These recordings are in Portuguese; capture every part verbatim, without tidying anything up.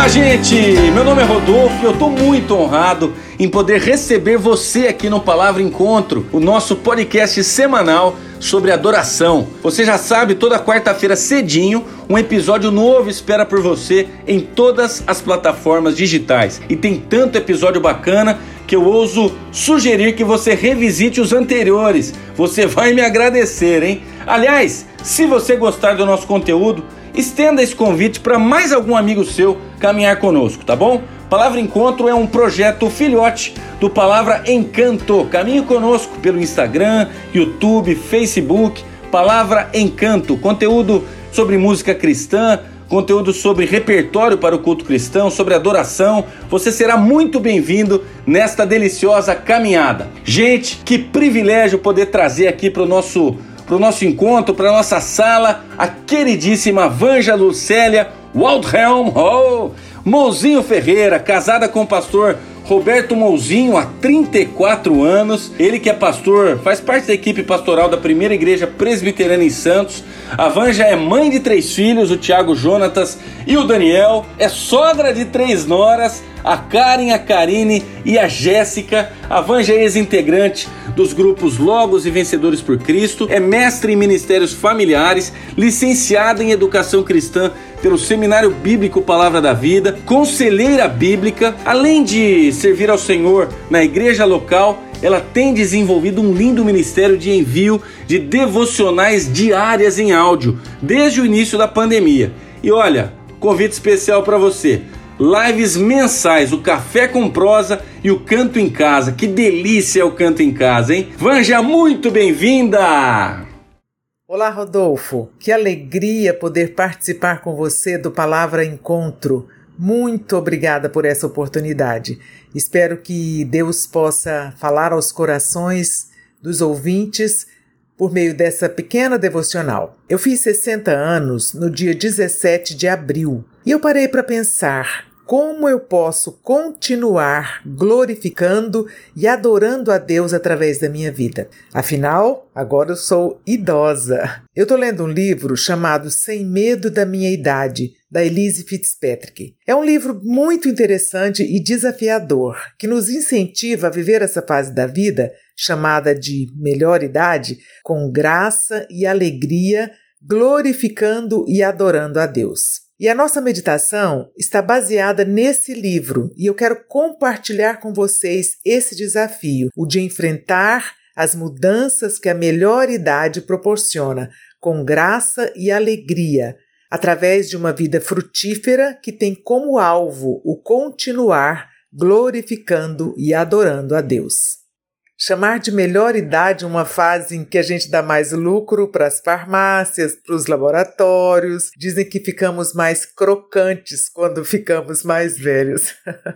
Olá, gente! Meu nome é Rodolfo e eu estou muito honrado em poder receber você aqui no Palavra Encontro, o nosso podcast semanal sobre adoração. Você já sabe, toda quarta-feira cedinho, um episódio novo espera por você em todas as plataformas digitais. E tem tanto episódio bacana que eu ouso sugerir que você revisite os anteriores. Você vai me agradecer, hein? Aliás, se você gostar do nosso conteúdo, estenda esse convite para mais algum amigo seu caminhar conosco, tá bom? Palavra Encontro é um projeto filhote do Palavra Encanto. Caminhe conosco pelo Instagram, YouTube, Facebook, Palavra Encanto. Conteúdo sobre música cristã, conteúdo sobre repertório para o culto cristão, sobre adoração. Você será muito bem-vindo nesta deliciosa caminhada. Gente, que privilégio poder trazer aqui para o nosso, pro nosso encontro, para a nossa sala, a queridíssima Vanja Lucélia Waldhelm, oh, Mouzinho Ferreira, casada com o pastor Roberto Mouzinho há trinta e quatro anos. Ele que é pastor, faz parte da equipe pastoral da Primeira Igreja Presbiteriana em Santos. A Vanja é mãe de três filhos, o Tiago, Jonatas e o Daniel. É sogra de três noras, a Karen, a Karine e a Jéssica. A Vanja é ex-integrante dos grupos Logos e Vencedores por Cristo. É mestre em Ministérios Familiares, licenciada em Educação Cristã pelo Seminário Bíblico Palavra da Vida, conselheira bíblica. Além de servir ao Senhor na igreja local, ela tem desenvolvido um lindo ministério de envio de devocionais diárias em áudio, desde o início da pandemia. E olha, convite especial para você. Lives mensais, o Café com Prosa e o Canto em Casa. Que delícia é o Canto em Casa, hein? Vanja, muito bem-vinda! Olá, Rodolfo. Que alegria poder participar com você do Palavra Encontro. Muito obrigada por essa oportunidade. Espero que Deus possa falar aos corações dos ouvintes por meio dessa pequena devocional. Eu fiz sessenta anos no dia dezessete de abril e eu parei para pensar como eu posso continuar glorificando e adorando a Deus através da minha vida. Afinal, agora eu sou idosa. Eu estou lendo um livro chamado Sem Medo da Minha Idade, da Elyse Fitzpatrick. É um livro muito interessante e desafiador, que nos incentiva a viver essa fase da vida, chamada de melhor idade, com graça e alegria, glorificando e adorando a Deus. E a nossa meditação está baseada nesse livro e eu quero compartilhar com vocês esse desafio, o de enfrentar as mudanças que a melhor idade proporciona, com graça e alegria, através de uma vida frutífera que tem como alvo o continuar glorificando e adorando a Deus. Chamar de melhor idade uma fase em que a gente dá mais lucro para as farmácias, para os laboratórios. Dizem que ficamos mais crocantes quando ficamos mais velhos.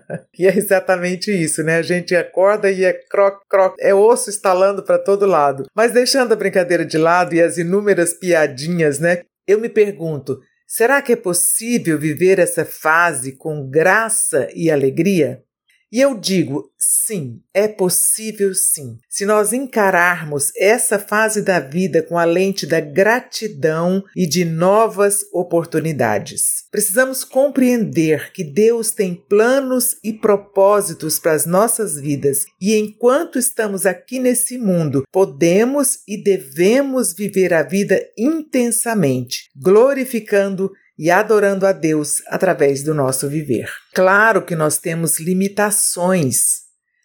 E é exatamente isso, né? A gente acorda e é croc, croc, é osso estalando para todo lado. Mas deixando a brincadeira de lado e as inúmeras piadinhas, né? Eu me pergunto, será que é possível viver essa fase com graça e alegria? E eu digo, sim, é possível sim. Se nós encararmos essa fase da vida com a lente da gratidão e de novas oportunidades. Precisamos compreender que Deus tem planos e propósitos para as nossas vidas e enquanto estamos aqui nesse mundo, podemos e devemos viver a vida intensamente, glorificando e adorando a Deus através do nosso viver. Claro que nós temos limitações,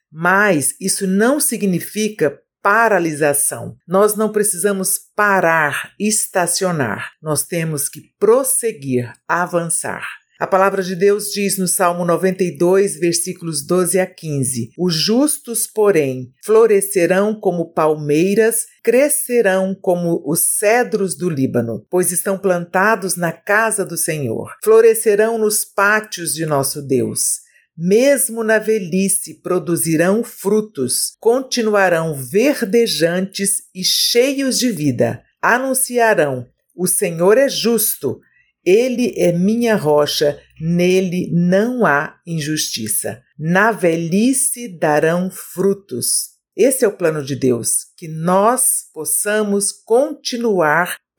mas isso não significa paralisação. Nós não precisamos parar, estacionar. Nós temos que prosseguir, avançar. A palavra de Deus diz no Salmo noventa e dois, versículos doze a quinze: Os justos, porém, florescerão como palmeiras, crescerão como os cedros do Líbano, pois estão plantados na casa do Senhor. Florescerão nos pátios de nosso Deus. Mesmo na velhice produzirão frutos, continuarão verdejantes e cheios de vida. Anunciarão: o Senhor é justo. Ele é minha rocha, nele não há injustiça. Na velhice darão frutos. Esse é o plano de Deus, que nós possamos continuar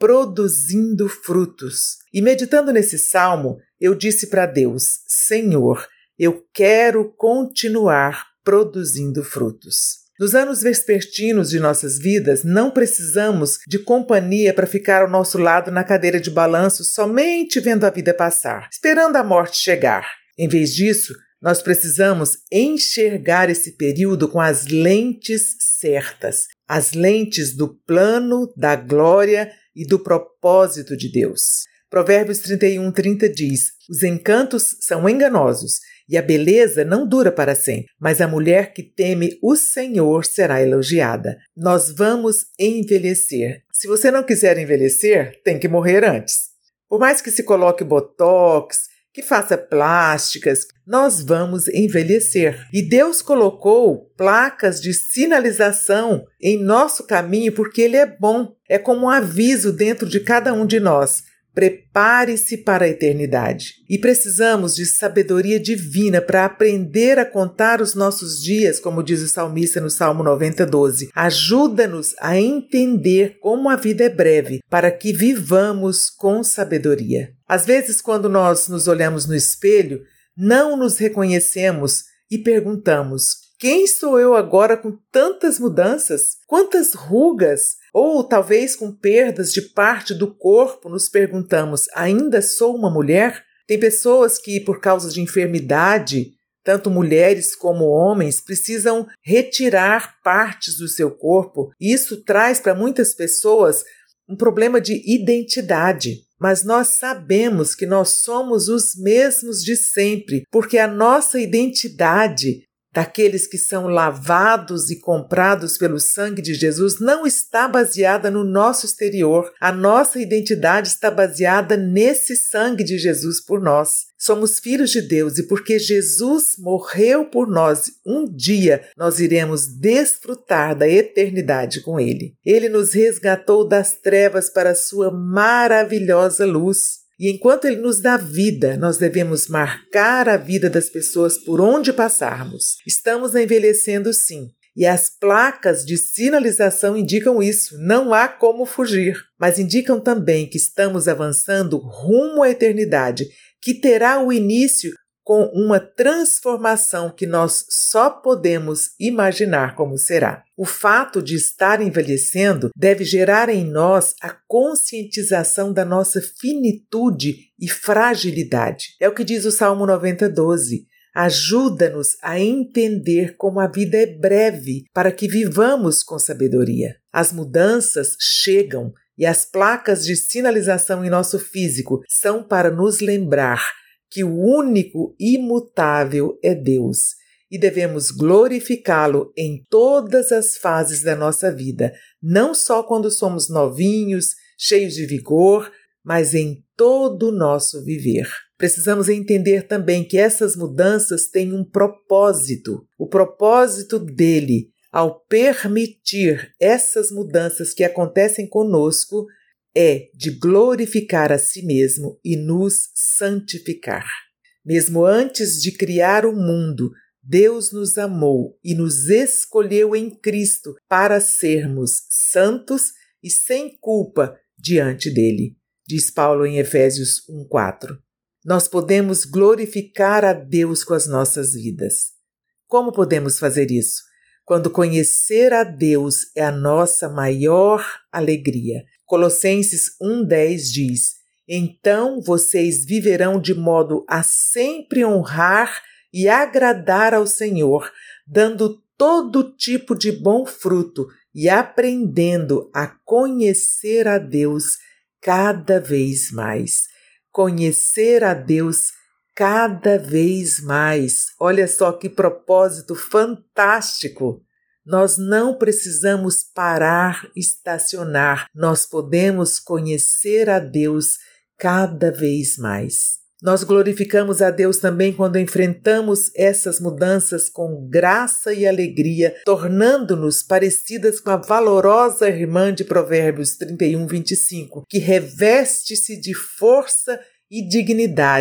produzindo frutos. E meditando nesse salmo, eu disse para Deus: Senhor, eu quero continuar produzindo frutos. Nos anos vespertinos de nossas vidas, não precisamos de companhia para ficar ao nosso lado na cadeira de balanço somente vendo a vida passar, esperando a morte chegar. Em vez disso, nós precisamos enxergar esse período com as lentes certas, as lentes do plano, da glória e do propósito de Deus. Provérbios trinta e um, trinta diz: os encantos são enganosos e a beleza não dura para sempre, mas a mulher que teme o Senhor será elogiada. Nós vamos envelhecer. Se você não quiser envelhecer, tem que morrer antes. Por mais que se coloque botox, que faça plásticas, nós vamos envelhecer. E Deus colocou placas de sinalização em nosso caminho porque Ele é bom. É como um aviso dentro de cada um de nós. Prepare-se para a eternidade. E precisamos de sabedoria divina para aprender a contar os nossos dias, como diz o salmista no Salmo noventa, doze. Ajuda-nos a entender como a vida é breve, para que vivamos com sabedoria. Às vezes, quando nós nos olhamos no espelho, não nos reconhecemos e perguntamos: quem sou eu agora com tantas mudanças? Quantas rugas? Ou talvez com perdas de parte do corpo, nos perguntamos: ainda sou uma mulher? Tem pessoas que, por causa de enfermidade, tanto mulheres como homens, precisam retirar partes do seu corpo. E isso traz para muitas pessoas um problema de identidade. Mas nós sabemos que nós somos os mesmos de sempre, porque a nossa identidade daqueles que são lavados e comprados pelo sangue de Jesus não está baseada no nosso exterior. A nossa identidade está baseada nesse sangue de Jesus por nós. Somos filhos de Deus e porque Jesus morreu por nós, um dia nós iremos desfrutar da eternidade com Ele. Ele nos resgatou das trevas para a sua maravilhosa luz. E enquanto Ele nos dá vida, nós devemos marcar a vida das pessoas por onde passarmos. Estamos envelhecendo sim, e as placas de sinalização indicam isso, não há como fugir. Mas indicam também que estamos avançando rumo à eternidade, que terá o início com uma transformação que nós só podemos imaginar como será. O fato de estar envelhecendo deve gerar em nós a conscientização da nossa finitude e fragilidade. É o que diz o Salmo noventa, doze. Ajuda-nos a entender como a vida é breve, para que vivamos com sabedoria. As mudanças chegam e as placas de sinalização em nosso físico são para nos lembrar que o único imutável é Deus e devemos glorificá-lo em todas as fases da nossa vida, não só quando somos novinhos, cheios de vigor, mas em todo o nosso viver. Precisamos entender também que essas mudanças têm um propósito. O propósito dele, ao permitir essas mudanças que acontecem conosco, é de glorificar a si mesmo e nos santificar. Mesmo antes de criar o mundo, Deus nos amou e nos escolheu em Cristo para sermos santos e sem culpa diante dele, diz Paulo em Efésios um, quatro. Nós podemos glorificar a Deus com as nossas vidas. Como podemos fazer isso? Quando conhecer a Deus é a nossa maior alegria. Colossenses um, dez diz: então vocês viverão de modo a sempre honrar e agradar ao Senhor, dando todo tipo de bom fruto e aprendendo a conhecer a Deus cada vez mais. Conhecer a Deus cada vez mais. Olha só que propósito fantástico! Nós não precisamos parar, estacionar. Nós podemos conhecer a Deus cada vez mais. Nós glorificamos a Deus também quando enfrentamos essas mudanças com graça e alegria, tornando-nos parecidas com a valorosa irmã de Provérbios trinta e um, vinte e cinco, que reveste-se de força e dignidade,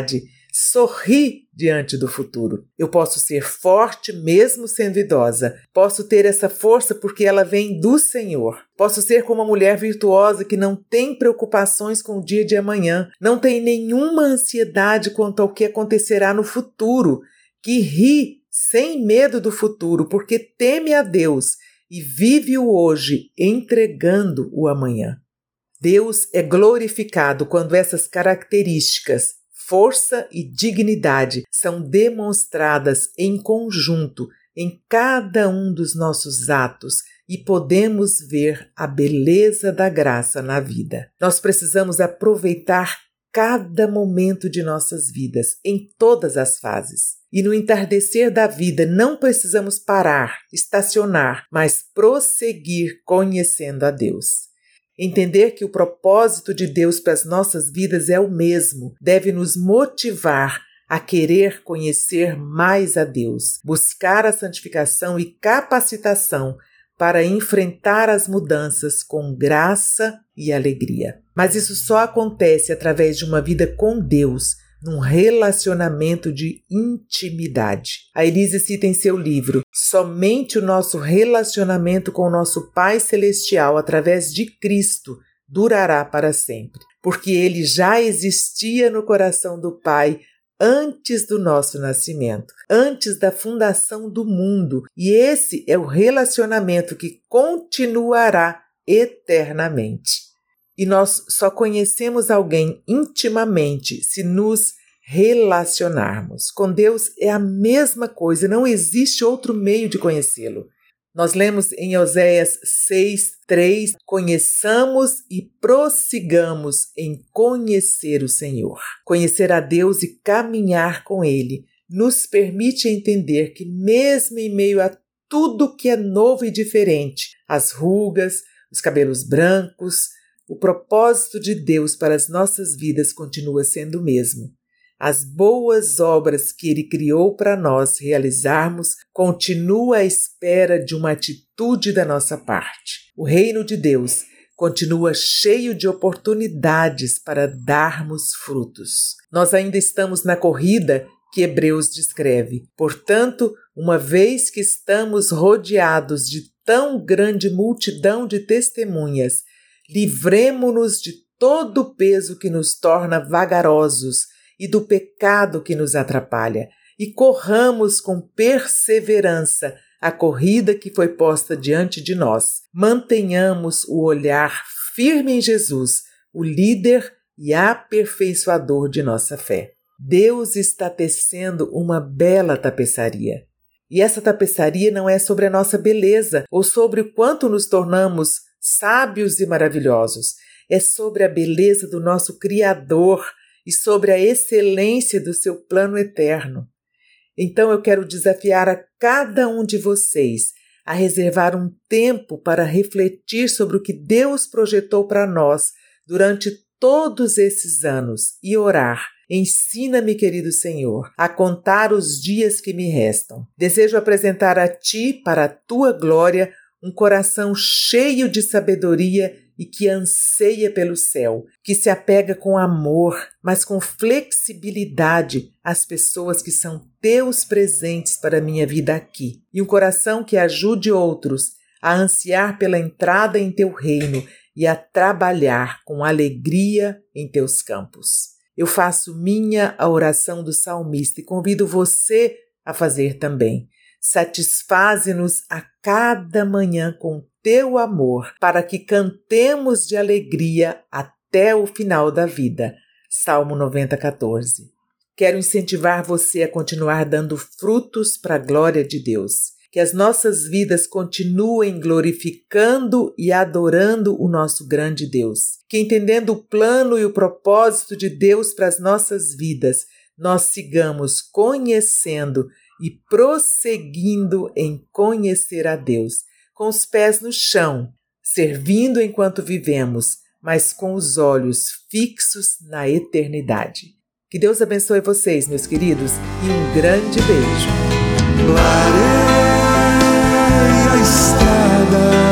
sorrir diante do futuro. Eu posso ser forte mesmo sendo idosa. Posso ter essa força porque ela vem do Senhor. Posso ser como uma mulher virtuosa que não tem preocupações com o dia de amanhã, não tem nenhuma ansiedade quanto ao que acontecerá no futuro, que ri sem medo do futuro porque teme a Deus e vive o hoje entregando o amanhã. Deus é glorificado quando essas características, força e dignidade, são demonstradas em conjunto em cada um dos nossos atos e podemos ver a beleza da graça na vida. Nós precisamos aproveitar cada momento de nossas vidas, em todas as fases. E no entardecer da vida não precisamos parar, estacionar, mas prosseguir conhecendo a Deus. Entender que o propósito de Deus para as nossas vidas é o mesmo, deve nos motivar a querer conhecer mais a Deus, buscar a santificação e capacitação para enfrentar as mudanças com graça e alegria. Mas isso só acontece através de uma vida com Deus, num relacionamento de intimidade. A Elise cita em seu livro: somente o nosso relacionamento com o nosso Pai Celestial através de Cristo durará para sempre, porque ele já existia no coração do Pai antes do nosso nascimento, antes da fundação do mundo, e esse é o relacionamento que continuará eternamente. E nós só conhecemos alguém intimamente se nos relacionarmos. Com Deus é a mesma coisa, não existe outro meio de conhecê-lo. Nós lemos em Oséias seis, três, conheçamos e prossigamos em conhecer o Senhor. Conhecer a Deus e caminhar com Ele nos permite entender que mesmo em meio a tudo que é novo e diferente, as rugas, os cabelos brancos, o propósito de Deus para as nossas vidas continua sendo o mesmo. As boas obras que Ele criou para nós realizarmos continua à espera de uma atitude da nossa parte. O reino de Deus continua cheio de oportunidades para darmos frutos. Nós ainda estamos na corrida que Hebreus descreve. Portanto, uma vez que estamos rodeados de tão grande multidão de testemunhas, livremo-nos de todo o peso que nos torna vagarosos e do pecado que nos atrapalha, e corramos com perseverança a corrida que foi posta diante de nós. Mantenhamos o olhar firme em Jesus, o líder e aperfeiçoador de nossa fé. Deus está tecendo uma bela tapeçaria. E essa tapeçaria não é sobre a nossa beleza ou sobre o quanto nos tornamos sábios e maravilhosos. É sobre a beleza do nosso Criador e sobre a excelência do seu plano eterno. Então eu quero desafiar a cada um de vocês a reservar um tempo para refletir sobre o que Deus projetou para nós durante todos esses anos e orar. Ensina-me, querido Senhor, a contar os dias que me restam. Desejo apresentar a Ti, para a Tua glória, um coração cheio de sabedoria e que anseia pelo céu, que se apega com amor, mas com flexibilidade às pessoas que são Teus presentes para a minha vida aqui, e um coração que ajude outros a ansiar pela entrada em Teu reino e a trabalhar com alegria em Teus campos. Eu faço minha a oração do salmista e convido você a fazer também. Satisfaze-nos a cada manhã com Teu amor, para que cantemos de alegria até o final da vida. Salmo noventa, quatorze. Quero incentivar você a continuar dando frutos para a glória de Deus. Que as nossas vidas continuem glorificando e adorando o nosso grande Deus. Que, entendendo o plano e o propósito de Deus para as nossas vidas, nós sigamos conhecendo e prosseguindo em conhecer a Deus, com os pés no chão, servindo enquanto vivemos, mas com os olhos fixos na eternidade. Que Deus abençoe vocês, meus queridos, e um grande beijo. Clareia a estrada